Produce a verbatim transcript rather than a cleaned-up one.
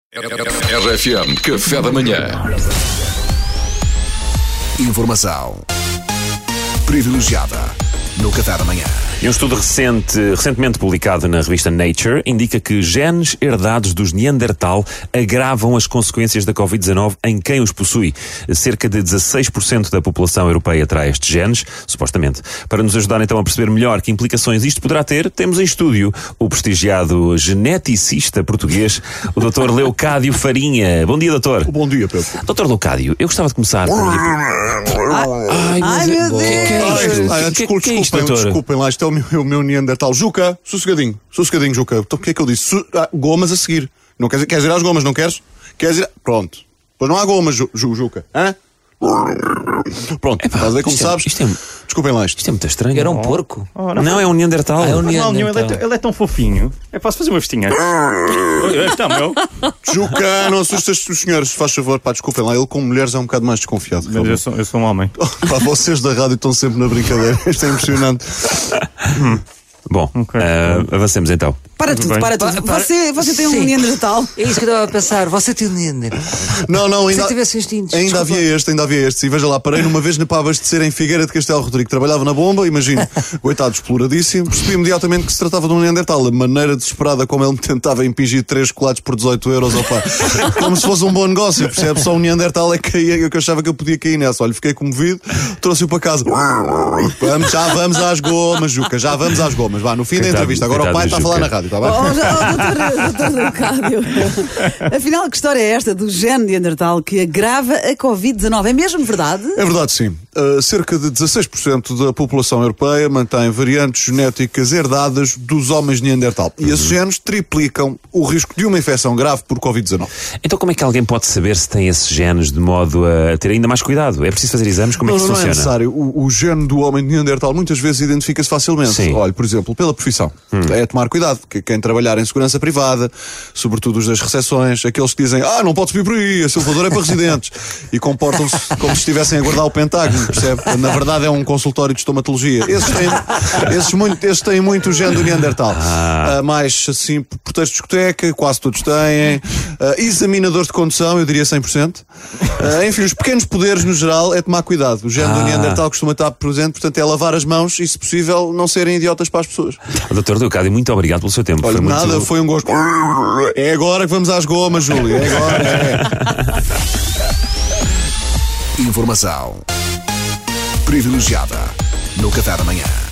R F M Café da Manhã. Informação privilegiada no Café da Manhã. E um estudo recente, recentemente publicado na revista Nature indica que genes herdados dos Neandertal agravam as consequências da covid dezanove em quem os possui. Cerca de dezasseis por cento da população europeia terá estes genes, supostamente. Para nos ajudar então a perceber melhor que implicações isto poderá ter, temos em estúdio o prestigiado geneticista português, o doutor Leocádio Farinha. Bom dia, doutor. Bom dia, Pedro. doutor Leocádio, eu gostava de começar por... Ai, mas Ai meu Deus! O que é isto, doutor? Desculpem lá, isto é o meu, o meu Neandertal. Juca, sossegadinho, sossegadinho, Juca. Então o que é que eu disse? Su ah, gomas a seguir. Não queres, queres ir às gomas, não queres? Queres ir a... Pronto. Pois não há gomas, Ju, Ju, Juca. Hã? Pronto, Epá, estás a ver como isto é- sabes? isto é- Desculpem lá isto. Isto é muito estranho. Era um porco. Oh, Não, não, é um Neandertal. Ah, é um não, nenhum, ele, é, Neandertal. tão- ele é tão fofinho. É, posso fazer uma vestinha? Então, meu. Juca, não assustas os senhores, faz favor, pá, desculpem lá. Ele com mulheres é um bocado mais desconfiado. Mas realmente. eu sou, eu sou um homem. Pá, vocês da rádio estão sempre na brincadeira. Isto é impressionante. Bom, Ok. ah, avancemos então. Para Tudo tudo, bem. para tudo. Pa- para- Você, você tem um Sim. Neandertal? É isso que eu estava a pensar. Você tem um Neandertal. Não, não, Se ainda. eu tivesse instintos. Ainda desculpa. havia este, ainda havia este. E veja lá, parei numa vez para abastecer em Figueira de Castelo Rodrigo. Trabalhava na bomba, imagino, coitado, exploradíssimo. Percebi imediatamente que se tratava de um Neandertal. A maneira desesperada como ele me tentava impingir três chocolates por dezoito euros ao par. Como se fosse um bom negócio, percebe? Só um Neandertal é que caía, que eu achava que eu podia cair nessa. Olha, fiquei comovido, trouxe-o para casa. Vamos, já vamos às gomas, Juca, já vamos às gomas. Vá, no fim da Coitado- entrevista. Agora o coitado pai do está a falar Juca. na rádio, está bem? Oh, já- oh, doutor, doutor Leocádio. Afinal, que história é esta do gene Neandertal que agrava a covid dezanove? É mesmo verdade? É verdade, sim. Uh, cerca de dezasseis por cento da população europeia mantém variantes genéticas herdadas dos homens Neandertal. E esses genes triplicam o risco de uma infecção grave por covid dezanove. Então como é que alguém pode saber se tem esses genes de modo a ter ainda mais cuidado? É preciso fazer exames? Como é Não, que isso não, não é funciona? necessário. O, o gene do homem de Neandertal muitas vezes identifica-se facilmente. Sim. Olha, por exemplo, pela profissão. É tomar cuidado, porque quem trabalhar em segurança privada, sobretudo os das recepções, aqueles que dizem, ah, não pode subir por aí, esse elevador é para residentes. E comportam-se como se estivessem a guardar o Pentágono, percebe? Na verdade é um consultório de estomatologia. Esses têm, esses muito, esses têm muito o gene do Neandertal. Ah, mais, assim, porteiros de discoteca, quase todos têm. Ah, examinadores de condução, eu diria cem por cento. Ah, enfim, os pequenos poderes, no geral, é tomar cuidado. O gene do Ah. Neandertal costuma estar presente, portanto é lavar as mãos e, se possível, não serem idiotas para as pessoas. doutor Leocádio, muito obrigado pelo seu tempo. Olha, Foi muito... nada, foi um gosto. É agora que vamos às gomas, Júlio. É agora. É. Informação privilegiada no Café da Manhã.